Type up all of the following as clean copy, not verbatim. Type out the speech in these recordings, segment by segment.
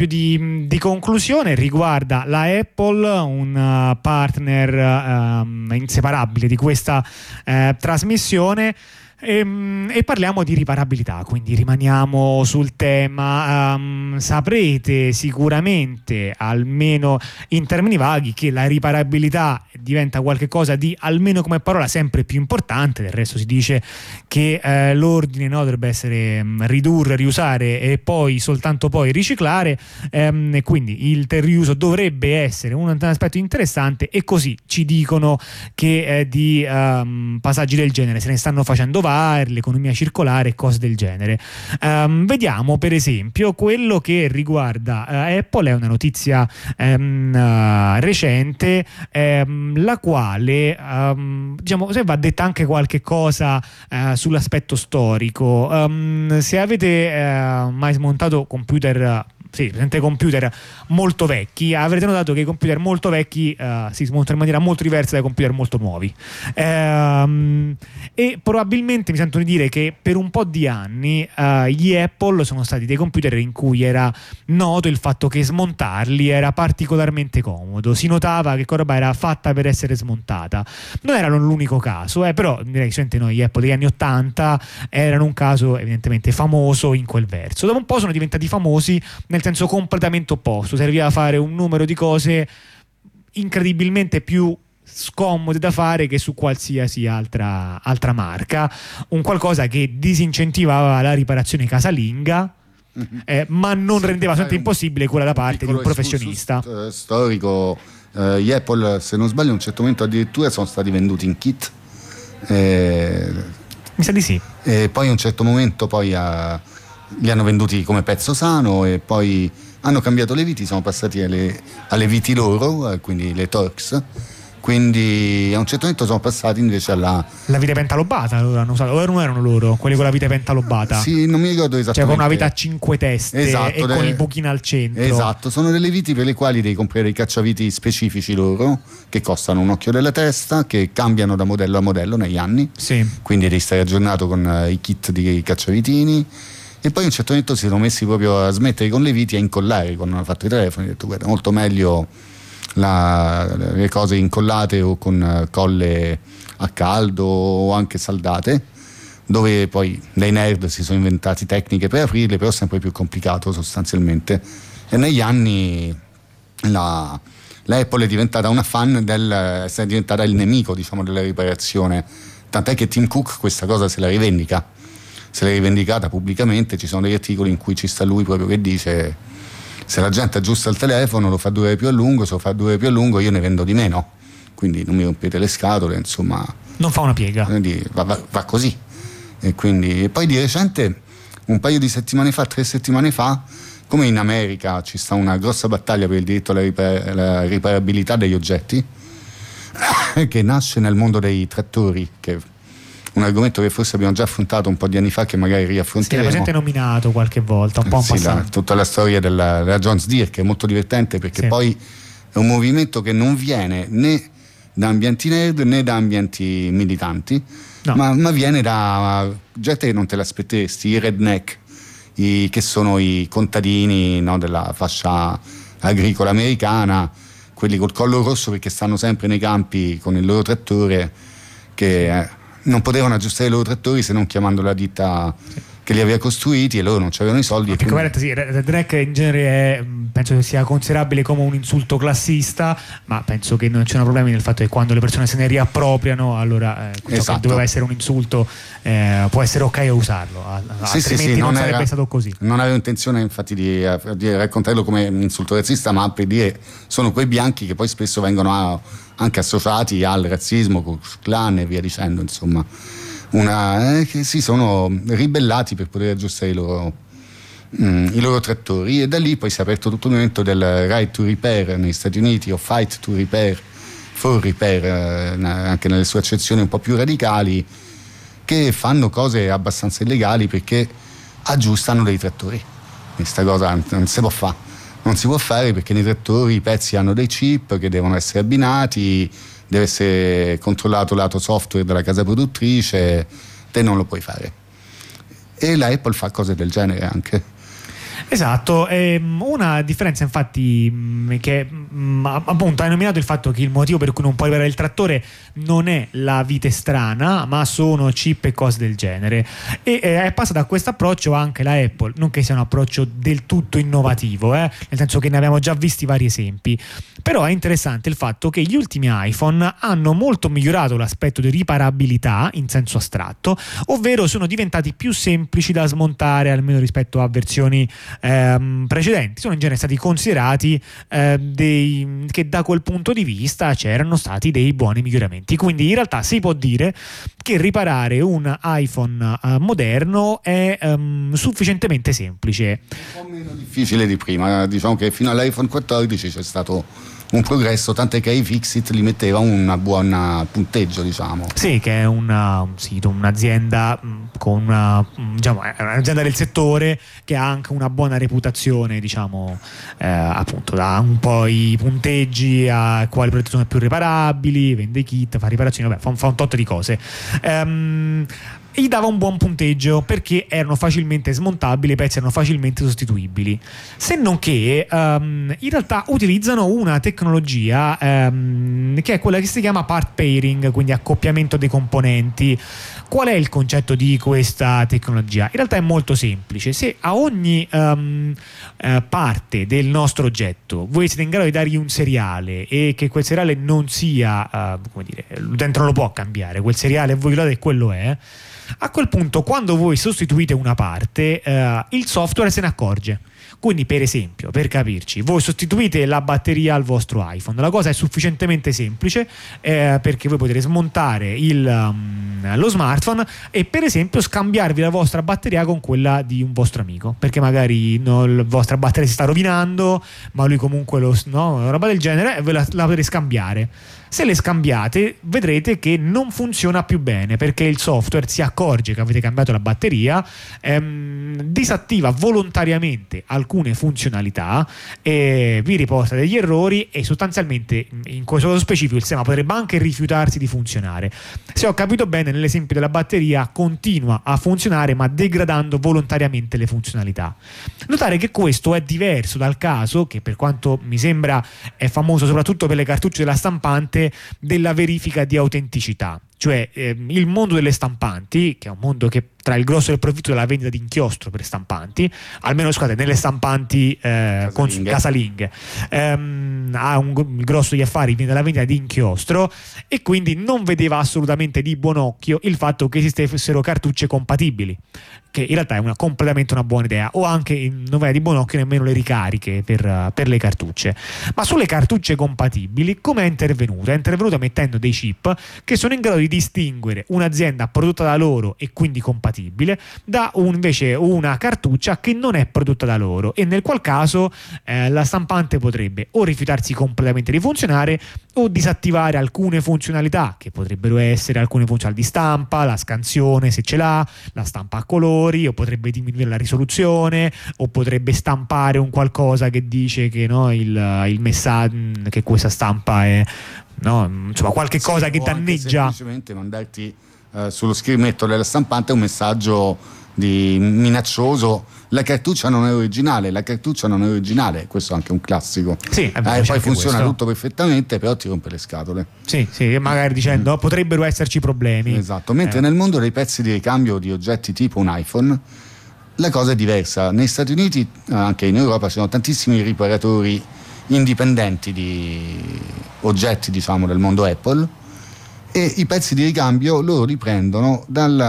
più di conclusione riguarda la Apple, un partner inseparabile di questa trasmissione. E parliamo di riparabilità, quindi rimaniamo sul tema. Saprete sicuramente, almeno in termini vaghi, che la riparabilità diventa qualcosa di, almeno come parola, sempre più importante. Del resto si dice che l'ordine, no, dovrebbe essere ridurre, riusare e poi soltanto poi riciclare, e quindi il riuso dovrebbe essere un aspetto interessante, e così ci dicono che di passaggi del genere se ne stanno facendo l'economia circolare e cose del genere. Vediamo per esempio quello che riguarda Apple. È una notizia recente, la quale diciamo, se va detta anche qualche cosa sull'aspetto storico. Se avete mai smontato computer, presente computer molto vecchi, avrete notato che i computer molto vecchi si smontano in maniera molto diversa dai computer molto nuovi, e probabilmente mi sento di dire che per un po' di anni gli Apple sono stati dei computer in cui era noto il fatto che smontarli era particolarmente comodo, si notava che quella roba era fatta per essere smontata. Non erano l'unico caso, però direi che gli Apple degli anni 80 erano un caso evidentemente famoso in quel verso. Dopo un po' sono diventati famosi nel senso completamente opposto, serviva a fare un numero di cose incredibilmente più scomode da fare che su qualsiasi altra marca, un qualcosa che disincentivava la riparazione casalinga, ma non rendeva sempre impossibile quella da parte di un professionista. Storico, gli Apple, se non sbaglio, a un certo momento addirittura sono stati venduti in kit, mi sa di sì, e poi a un certo momento li hanno venduti come pezzo sano, e poi hanno cambiato le viti, sono passati alle viti loro, quindi le Torx. Quindi a un certo momento sono passati invece alla vite pentalobata. Allora hanno usato, o non erano loro quelli con la vite pentalobata? Sì, non mi ricordo esattamente. Cioè con una vite a 5 teste, esatto, e con il buchino al centro. Esatto, sono delle viti per le quali devi comprare dei cacciaviti specifici loro, che costano un occhio della testa, che cambiano da modello a modello negli anni. Sì. Quindi devi stare aggiornato con i kit di cacciavitini. E poi a un certo momento si sono messi proprio a smettere con le viti, a incollare quando hanno fatto i telefoni. Ho detto, guarda, molto meglio le cose incollate o con colle a caldo o anche saldate, dove poi dei nerd si sono inventati tecniche per aprirle, però sempre più complicato sostanzialmente. E negli anni la Apple è diventata una fan è diventata il nemico, diciamo, della riparazione, tant'è che Tim Cook questa cosa se l'ha rivendicata pubblicamente. Ci sono degli articoli in cui ci sta lui proprio che dice: se la gente aggiusta il telefono lo fa durare più a lungo, se lo fa durare più a lungo io ne vendo di meno, quindi non mi rompete le scatole, insomma, non fa una piega, va così. E quindi poi di recente, un paio di settimane fa, 3 settimane fa, come in America ci sta una grossa battaglia per il diritto alla riparabilità degli oggetti, che nasce nel mondo dei trattori, che un argomento che forse abbiamo già affrontato un po' di anni fa, che magari riaffronteremo. Sì, presente nominato qualche volta, un po' tutta la storia della Jones Deere, che è molto divertente, perché poi è un movimento che non viene né da ambienti nerd né da ambienti militanti, no, ma viene da gente che non te l'aspetteresti, i redneck, che sono i contadini, no, della fascia agricola americana, quelli col collo rosso perché stanno sempre nei campi con il loro trattore, che non potevano aggiustare i loro trattori se non chiamando la ditta che li aveva costruiti, e loro non avevano i soldi. Redneck in genere penso che sia considerabile come un insulto classista, ma penso che non c'erano problemi nel fatto che quando le persone se ne riappropriano, allora esatto, che doveva essere un insulto può essere ok a usarlo, altrimenti non sarebbe stato così. Non avevo intenzione infatti di raccontarlo come un insulto razzista, ma per dire sono quei bianchi che poi spesso vengono anche associati al razzismo, Ku Klux Klan e via dicendo, insomma, che si sono ribellati per poter aggiustare i loro trattori, e da lì poi si è aperto tutto il movimento del right to repair negli Stati Uniti, o fight to repair, for repair, anche nelle sue accezioni un po' più radicali, che fanno cose abbastanza illegali perché aggiustano dei trattori. Questa cosa non si può fare perché nei trattori i pezzi hanno dei chip che devono essere abbinati, deve essere controllato lato software dalla casa produttrice, te non lo puoi fare. E la Apple fa cose del genere anche. Esatto, una differenza infatti che appunto hai nominato il fatto che il motivo per cui non puoi riparare il trattore non è la vite strana, ma sono chip e cose del genere, e è passata a questo approccio anche la Apple, non che sia un approccio del tutto innovativo, nel senso che ne abbiamo già visti vari esempi, però è interessante il fatto che gli ultimi iPhone hanno molto migliorato l'aspetto di riparabilità in senso astratto, ovvero sono diventati più semplici da smontare, almeno rispetto a versioni precedenti. Sono in genere stati considerati che da quel punto di vista c'erano stati dei buoni miglioramenti, quindi in realtà si può dire che riparare un iPhone moderno è sufficientemente semplice, un po' meno difficile di prima. Diciamo che fino all'iPhone 14 c'è stato un progresso, tant'è che iFixit li metteva un buon punteggio, diciamo. Sì, che è un sito, un'azienda con diciamo, è un'azienda del settore che ha anche una buona reputazione, diciamo, appunto, da un po' i punteggi a quali prodotti sono più riparabili, vende kit, fa riparazioni, vabbè, fa un tot di cose. Gli dava un buon punteggio perché erano facilmente smontabili, i pezzi erano facilmente sostituibili, se non che in realtà utilizzano una tecnologia che è quella che si chiama part pairing, quindi accoppiamento dei componenti. Qual è il concetto di questa tecnologia? In realtà è molto semplice. Se a ogni parte del nostro oggetto voi siete in grado di dargli un seriale e che quel seriale non sia, come dire, l'utente non lo può cambiare, quel seriale voi lo date e quello è, a quel punto quando voi sostituite una parte il software se ne accorge. Quindi, per esempio, per capirci, voi sostituite la batteria al vostro iPhone, la cosa è sufficientemente semplice perché voi potete smontare lo smartphone e, per esempio, scambiarvi la vostra batteria con quella di un vostro amico, perché magari la vostra batteria si sta rovinando, ma lui comunque una roba del genere, e ve la potete scambiare. Se le scambiate vedrete che non funziona più bene perché il software si accorge che avete cambiato la batteria, disattiva volontariamente alcune funzionalità e vi riporta degli errori, e sostanzialmente in questo caso specifico il sistema potrebbe anche rifiutarsi di funzionare. Se ho capito bene, nell'esempio della batteria continua a funzionare ma degradando volontariamente le funzionalità. Notare che questo è diverso dal caso, che per quanto mi sembra è famoso soprattutto per le cartucce della stampante, della verifica di autenticità. Cioè il mondo delle stampanti, che è un mondo che trae il grosso del profitto della vendita di inchiostro per stampanti, almeno scusate, nelle stampanti casalinghe, ha il grosso degli affari viene dalla vendita di inchiostro, e quindi non vedeva assolutamente di buon occhio il fatto che esistessero cartucce compatibili, che in realtà è completamente una buona idea, o anche non vedeva di buon occhio nemmeno le ricariche per le cartucce. Ma sulle cartucce compatibili come è intervenuta? È intervenuta mettendo dei chip che sono in grado di distinguere un'azienda prodotta da loro e quindi compatibile da invece una cartuccia che non è prodotta da loro, e nel qual caso la stampante potrebbe o rifiutarsi completamente di funzionare o disattivare alcune funzionalità che potrebbero essere alcune funzionalità di stampa, la scansione se ce l'ha, la stampa a colori, o potrebbe diminuire la risoluzione, o potrebbe stampare un qualcosa che dice che il messaggio, che questa stampa è, insomma, qualche cosa che danneggia. Semplicemente mandarti sullo schermetto della stampante un messaggio minaccioso: la cartuccia non è originale, questo è anche un classico. Sì, poi funziona questo tutto perfettamente, però ti rompe le scatole. Sì, magari dicendo potrebbero esserci problemi. Esatto, mentre nel mondo dei pezzi di ricambio di oggetti tipo un iPhone la cosa è diversa. Negli Stati Uniti, anche in Europa, ci sono tantissimi riparatori indipendenti di oggetti, diciamo, del mondo Apple, e i pezzi di ricambio loro li prendono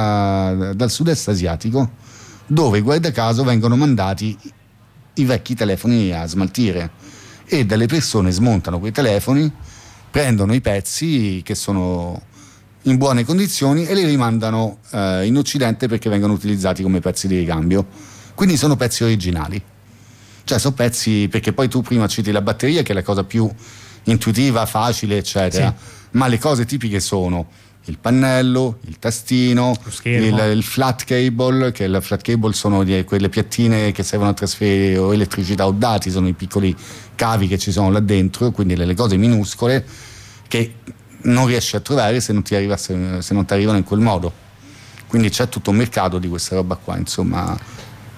dal sud-est asiatico, dove guarda caso vengono mandati i vecchi telefoni a smaltire, e delle persone smontano quei telefoni, prendono i pezzi che sono in buone condizioni e li rimandano in Occidente perché vengono utilizzati come pezzi di ricambio. Quindi sono pezzi originali, cioè sono pezzi, perché poi tu prima citi la batteria, che è la cosa più intuitiva, facile, eccetera, sì. Ma le cose tipiche sono il pannello, il tastino, il flat cable, che la flat cable sono quelle piattine che servono a trasferire o elettricità o dati, sono i piccoli cavi che ci sono là dentro, quindi le cose minuscole che non riesci a trovare se non ti arrivano in quel modo. Quindi c'è tutto un mercato di questa roba qua, insomma.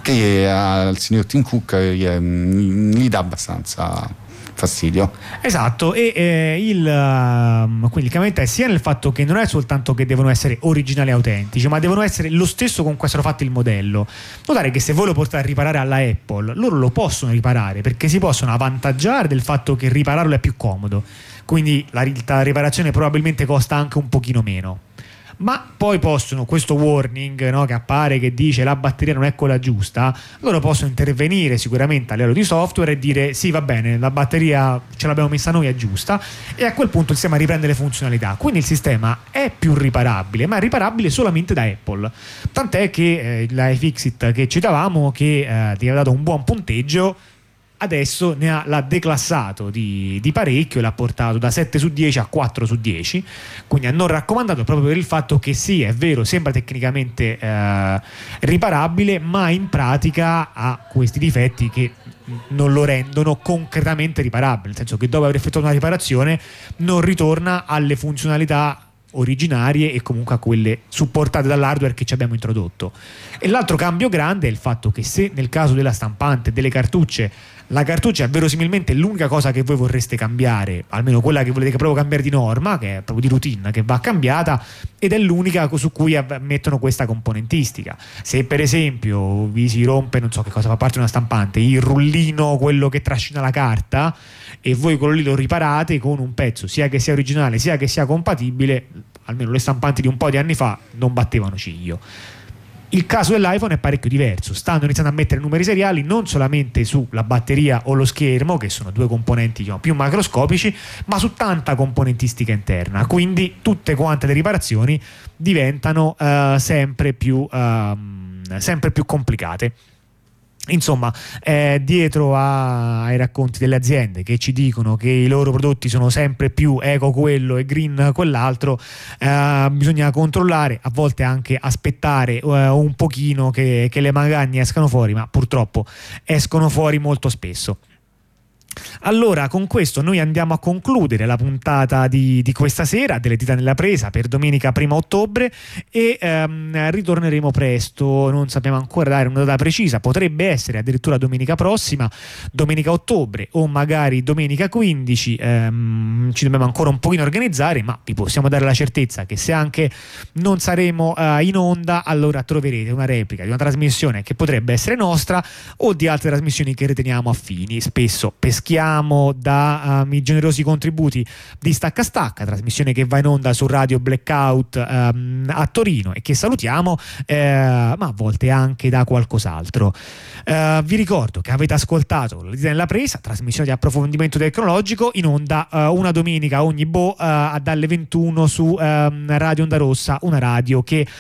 che al signor Tim Cook gli dà abbastanza fastidio. Esatto, e quindi il cambiamento è sia nel fatto che non è soltanto che devono essere originali e autentici, ma devono essere lo stesso con cui è stato fatto il modello. Notare che se voi lo portate a riparare alla Apple, loro lo possono riparare perché si possono avvantaggiare del fatto che ripararlo è più comodo, quindi la riparazione probabilmente costa anche un pochino meno. Ma poi possono, questo warning, no, che appare che dice la batteria non è quella giusta, loro possono intervenire sicuramente a livello di software e dire sì, va bene, la batteria ce l'abbiamo messa noi, è giusta, e a quel punto il sistema riprende le funzionalità. Quindi il sistema è più riparabile, ma è riparabile solamente da Apple, tant'è che la iFixit che citavamo, che ti aveva dato un buon punteggio, adesso l'ha declassato di parecchio e l'ha portato da 7 su 10 a 4 su 10, quindi a non raccomandato, proprio per il fatto che sì, è vero, sembra tecnicamente riparabile, ma in pratica ha questi difetti che non lo rendono concretamente riparabile, nel senso che dopo aver effettuato una riparazione non ritorna alle funzionalità originarie e comunque a quelle supportate dall'hardware che ci abbiamo introdotto. E l'altro cambio grande è il fatto che se nel caso della stampante e delle cartucce, la cartuccia è verosimilmente l'unica cosa che voi vorreste cambiare, almeno quella che volete proprio cambiare di norma, che è proprio di routine, che va cambiata, ed è l'unica su cui mettono questa componentistica. Se per esempio vi si rompe, non so che cosa fa parte di una stampante, il rullino, quello che trascina la carta, e voi quello lì lo riparate con un pezzo sia che sia originale sia che sia compatibile, almeno le stampanti di un po' di anni fa non battevano ciglio. Il caso dell'iPhone è parecchio diverso, stanno iniziando a mettere numeri seriali non solamente sulla batteria o lo schermo, che sono due componenti, diciamo, più macroscopici, ma su tanta componentistica interna, quindi tutte quante le riparazioni diventano sempre più complicate. Insomma, dietro ai racconti delle aziende che ci dicono che i loro prodotti sono sempre più eco quello e green quell'altro, bisogna controllare, a volte anche aspettare un pochino che le magagne escano fuori, ma purtroppo escono fuori molto spesso. Allora, con questo noi andiamo a concludere la puntata di questa sera delle Dita nella Presa per domenica 1 ottobre e ritorneremo presto, non sappiamo ancora dare una data precisa, potrebbe essere addirittura domenica prossima, domenica ottobre o magari domenica 15, ci dobbiamo ancora un pochino organizzare, ma vi possiamo dare la certezza che se anche non saremo in onda, allora troverete una replica di una trasmissione che potrebbe essere nostra o di altre trasmissioni che riteniamo affini. Spesso peschiamo i generosi contributi di Stacca Stacca, trasmissione che va in onda su Radio Blackout a Torino e che salutiamo, ma a volte anche da qualcos'altro. Vi ricordo che avete ascoltato La Dita nella Presa, trasmissione di approfondimento tecnologico, in onda una domenica ogni dalle 21 su Radio Onda Rossa, una radio che